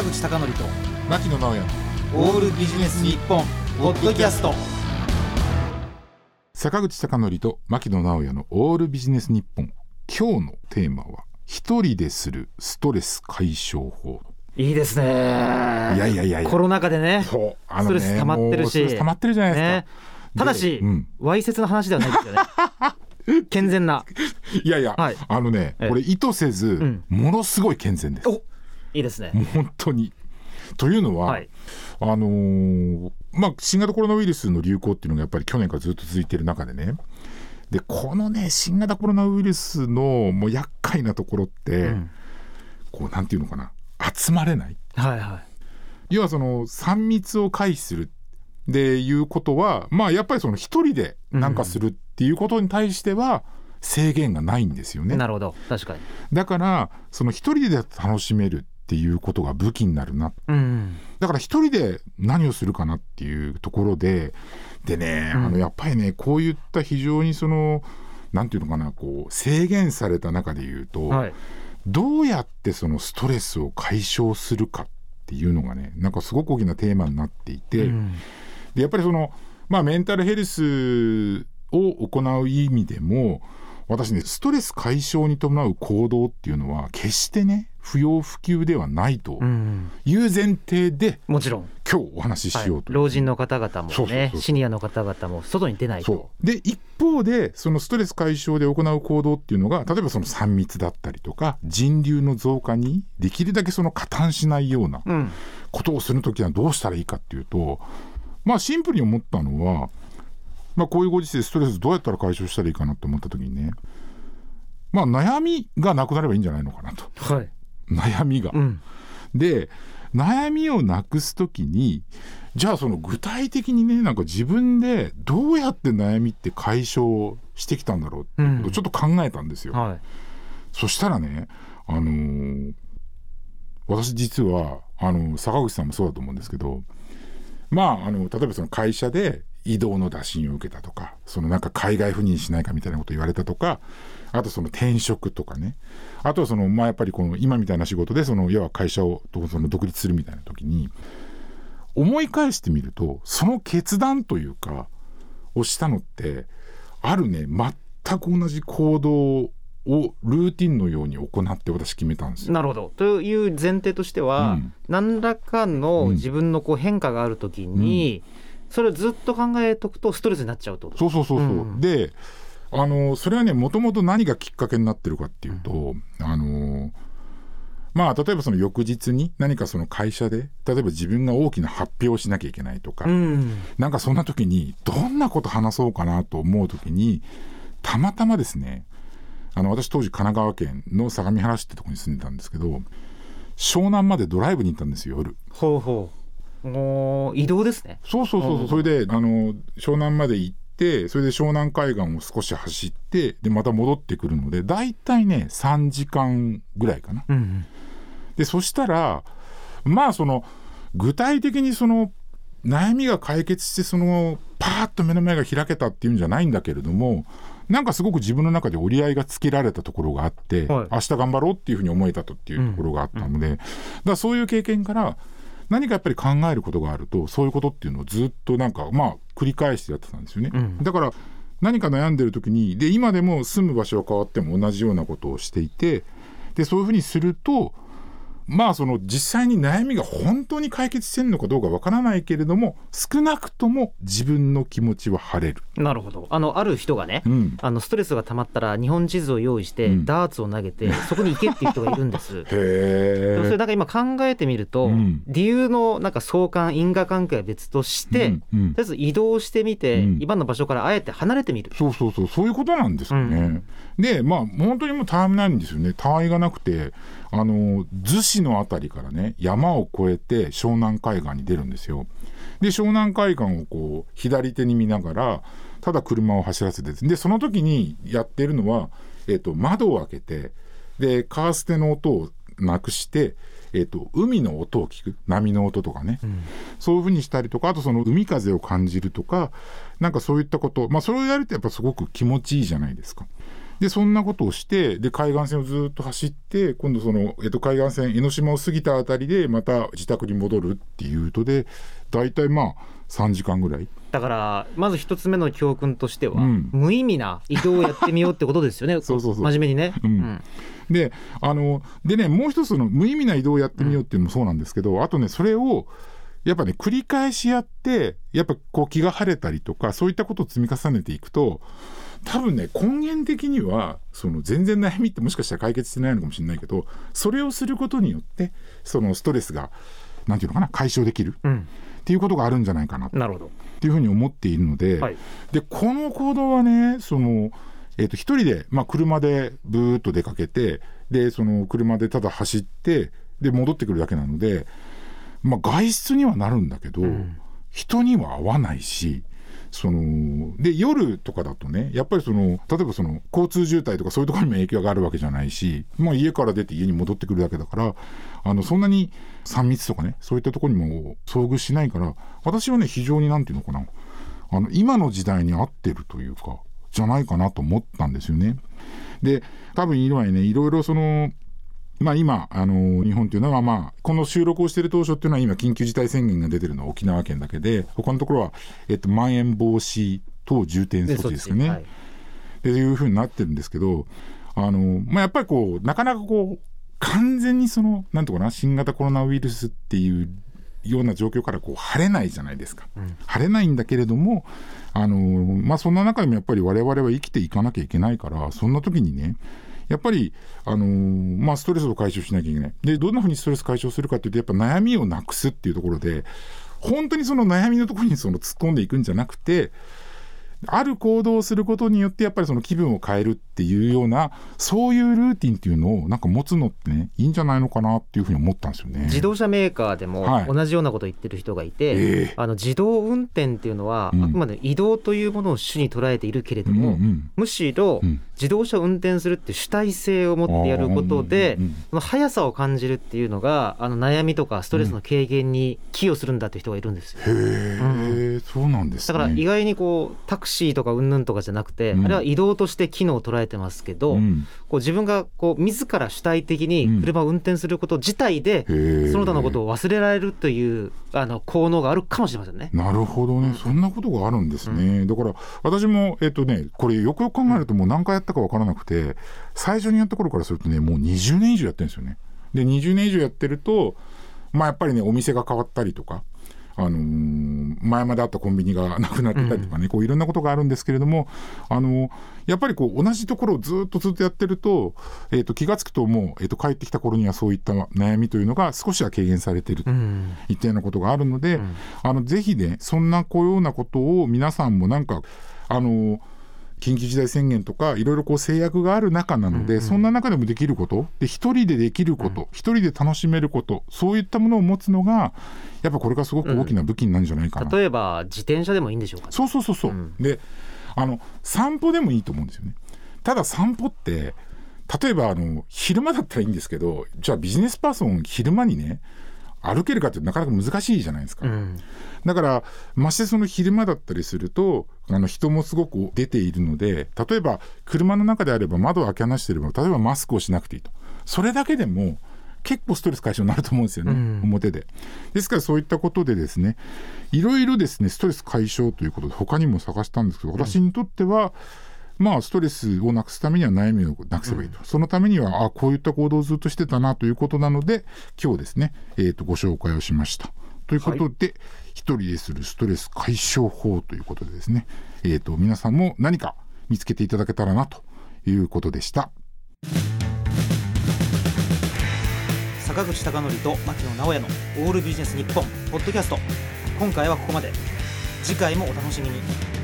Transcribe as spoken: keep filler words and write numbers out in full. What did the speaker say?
坂口孝則と牧野直哉オールビジネス日本ポッドキャスト。 坂口孝則と牧野直哉のオールビジネス日本。今日のテーマは一人でするストレス解消法。 いいですね。いやいやいやいやコロナ禍でね、 そうあのねストレス溜まってるし、 ストレス溜まってるじゃないですか、 ね、ただし、うん、わいせつな話ではないですよね健全な。 いやいや、はい、あのねこれ意図せず、うん、ものすごい健全です。 おいいですね。 もう本当に。というのは、はい、あのーまあ、新型コロナウイルスの流行っていうのがやっぱり去年からずっと続いている中でね、でこのね新型コロナウイルスのもう厄介なところって、うん、こうなんていうのかな、集まれない、 はいはい、 要はそのさん密を回避するでいうことは、まあやっぱりその一人でなんかするっていうことに対しては制限がないんですよね、 うん、なるほど、確かに。 だからその一人で楽しめるっていうことが武器になるな、うん、だから一人で何をするかなっていうところででね、うん、あのやっぱりねこういった非常にそのなんていうのかな、こう制限された中で言うと、はい、どうやってそのストレスを解消するかっていうのがね、なんかすごく大きなテーマになっていて、うん、でやっぱりその、まあ、メンタルヘルスを行う意味でも私ね、ストレス解消に伴う行動っていうのは決してね不要不急ではないという前提で、 うん、もちろん今日お話ししようと、 はい、老人の方々もね、そうそうそうそう、シニアの方々も外に出ないと。 そうで一方でそのストレス解消で行う行動っていうのが、例えばそのさん密だったりとか人流の増加にできるだけその加担しないようなことをするときはどうしたらいいかっていうと、まあシンプルに思ったのは、まあ、こういうご時世ストレスどうやったら解消したらいいかなと思った時にね、まあ悩みがなくなればいいんじゃないのかなと、 はい、 悩みが、うん、で悩みをなくす時にじゃあその具体的にね、なんか自分でどうやって悩みって解消してきたんだろうっていうことをちょっと考えたんですよ、うん、はい、そしたらね、あのー、私実はあの坂口さんもそうだと思うんですけど、まあ、あの例えばその会社で異動の打診を受けたとか、そのなんか海外赴任しないかみたいなことを言われたとか、あとその転職とかね、あとはそのまあやっぱりこの今みたいな仕事でその要は会社をその独立するみたいな時に思い返してみると、その決断というかをしたのってあるね、全く同じ行動をルーティンのように行って私決めたんですよ。 なるほど。という前提としては、うん、何らかの自分のこう変化があるときに、うんうん、それをずっと考えとくとストレスになっちゃうと。 そうそうそうそう、うん、であのそれはね、もともと何がきっかけになってるかっていうと、うん、あのまあ例えばその翌日に何かその会社で例えば自分が大きな発表をしなきゃいけないとか、うん、なんかそんな時にどんなこと話そうかなと思う時にたまたまですね、あの私当時神奈川県の相模原市ってとこに住んでたんですけど、湘南までドライブに行ったんですよ、夜。 ほうほう、もう移動ですね。 そうそうそうそう、それであの湘南まで行って、それで湘南海岸を少し走ってでまた戻ってくるのでだいたいねさんじかんぐらいかな、うんうん、でそしたらまあその具体的にその悩みが解決してそのパーッと目の前が開けたっていうんじゃないんだけれども、なんかすごく自分の中で折り合いがつけられたところがあって、はい、明日頑張ろうっていうふうに思えたとっていうところがあったので、うんうん、だからそういう経験から何かやっぱり考えることがあるとそういうことっていうのをずっとなんかまあ繰り返してやってたんですよね、うん、だから何か悩んでる時にで今でも住む場所が変わっても同じようなことをしていて、でそういうふうにするとまあその実際に悩みが本当に解決してるのかどうかわからないけれども少なくとも自分の気持ちは晴れる。 なるほど。あのある人がね、うん、あのストレスが溜まったら日本地図を用意して、うん、ダーツを投げてそこに行けっていう人がいるんですへー。 それなんか今考えてみると、うん、理由のなんか相関因果関係は別として、うんうん、とりあえず移動してみて、うん、今の場所からあえて離れてみる。 そうそうそう、そういうことなんですよね、うん、でまあ本当にもうたわみないんですよね。たわいがなくてあの逗子のあたりからね山を越えて湘南海岸に出るんですよ。で湘南海岸をこう左手に見ながらただ車を走らせて、でその時にやってるのは、えーと、窓を開けてでカーステの音をなくして、えーと、海の音を聞く、波の音とかね、うん、そういう風にしたりとか、あとその海風を感じるとか、なんかそういったこと、まあそれをやるとやっぱすごく気持ちいいじゃないですか。 でそんなことをしてで海岸線をずっと走って今度その、えっと、海岸線江ノ島を過ぎたあたりでまた自宅に戻るっていうとでだいたいまあさんじかんぐらいだからまず一つ目の教訓としては、うん、無意味な移動をやってみようってことですよねそうそうそう真面目にね、うんうん、 であのでねもう一つの無意味な移動をやってみようっていうのもそうなんですけど、うん、あとねそれをやっぱね繰り返しやってやっぱこう気が晴れたりとかそういったことを積み重ねていくと多分ね根源的にはその全然悩みってもしかしたら解決してないのかもしれないけどそれをすることによってそのストレスがなんていうのかな解消できる、うん、っていうことがあるんじゃないかななるほどっていうふうに思っているので、はい、でこの行動はねその、えー、と一人で、まあ、車でブーッと出かけてでその車でただ走ってで戻ってくるだけなので、まあ、外出にはなるんだけど、うん、人には会わないしそので夜とかだとねやっぱりその例えばその交通渋滞とかそういうところにも影響があるわけじゃないし、まあ、家から出て家に戻ってくるだけだからあのそんなにさん密とかねそういったところにも遭遇しないから私はね非常になんていうのかなあの今の時代に合ってるというかじゃないかなと思ったんですよね。で多分今ねいろいろそのまあ、今あの日本というのは、まあ、この収録をしている当初というのは今緊急事態宣言が出てるのは沖縄県だけで他のところは、えっと、まん延防止等重点措置ですかね、はい、っていうふうになってるんですけどあの、まあ、やっぱりこうなかなかこう完全にそのなんとかな新型コロナウイルスっていうような状況からこう晴れないじゃないですか、うん、晴れないんだけれどもあの、まあ、そんな中でもやっぱり我々は生きていかなきゃいけないからそんな時にねやっぱり、あのーまあ、ストレスを解消しなきゃいけないでどんなふうにストレス解消するかというとやっぱ悩みをなくすっていうところで本当にその悩みのところにその突っ込んでいくんじゃなくてある行動をすることによってやっぱりその気分を変えるっていうようなそういうルーティンっていうのをなんか持つのってねいいんじゃないのかなっていうふうに思ったんですよね。 自動車メーカーでも同じようなことを言ってる人がいて、はいえー、あの自動運転っていうのは、うん、あくまで移動というものを主に捉えているけれども、うんうん、むしろ、うん、自動車を運転するって主体性を持ってやることで、うんうんうん、その速さを感じるっていうのがあの悩みとかストレスの軽減に寄与するんだって人がいるんですよ、 うん、へー、うん、そうなんですね。 だから意外にこうタクシーとかうんぬんとかじゃなくて、うん、あれは移動として機能を捉えてますけど、うん、こう自分がこう自ら主体的に車を運転すること自体で、うん、その他のことを忘れられるというあの効能があるかもしれませんね。 なるほどね、うん、そんなことがあるんですね、うん、だから私も、えっとね、これよくよく考えるともう何回やったか分からなくて最初にやった頃からするとねもうにじゅうねん以上やってるんですよね。でにじゅうねん以上やってると、まあ、やっぱりねお店が変わったりとかあのー、前まであったコンビニがなくなってたりとかね、うん、こういろんなことがあるんですけれども、あのー、やっぱりこう同じところをずっとずっとやってると、えーと、気がつくともう、えーと、帰ってきた頃にはそういった悩みというのが少しは軽減されているといったようなことがあるので、うん、あのぜひねそんなこうようなことを皆さんもなんかあのー緊急事態宣言とかいろいろこう制約がある中なので、うんうん、そんな中でもできることで一人でできること、うん、一人で楽しめることそういったものを持つのがやっぱこれがすごく大きな武器になるんじゃないかな、 うん、例えば自転車でもいいんでしょうか、ね、 そうそうそうそう、うん、であの散歩でもいいと思うんですよね。ただ散歩って例えばあの昼間だったらいいんですけどじゃあビジネスパーソン昼間にね歩けるかってなかなか難しいじゃないですか、うん、だからましてその昼間だったりするとあの人もすごく出ているので例えば車の中であれば窓を開け放していれば例えばマスクをしなくていいとそれだけでも結構ストレス解消になると思うんですよね、うん、表で。ですからそういったことでですねいろいろですねストレス解消ということで他にも探したんですけど私にとっては、うんまあ、ストレスをなくすためには悩みをなくせばいいと、うん、そのためにはあこういった行動をずっとしてたなということなので今日ですね、えーと、ご紹介をしましたということで、はい、一人でするストレス解消法ということでですね、えーと、皆さんも何か見つけていただけたらなということでした。 坂口孝則と牧野直哉のオールビジネス日本ポッドキャスト今回はここまで。次回もお楽しみに。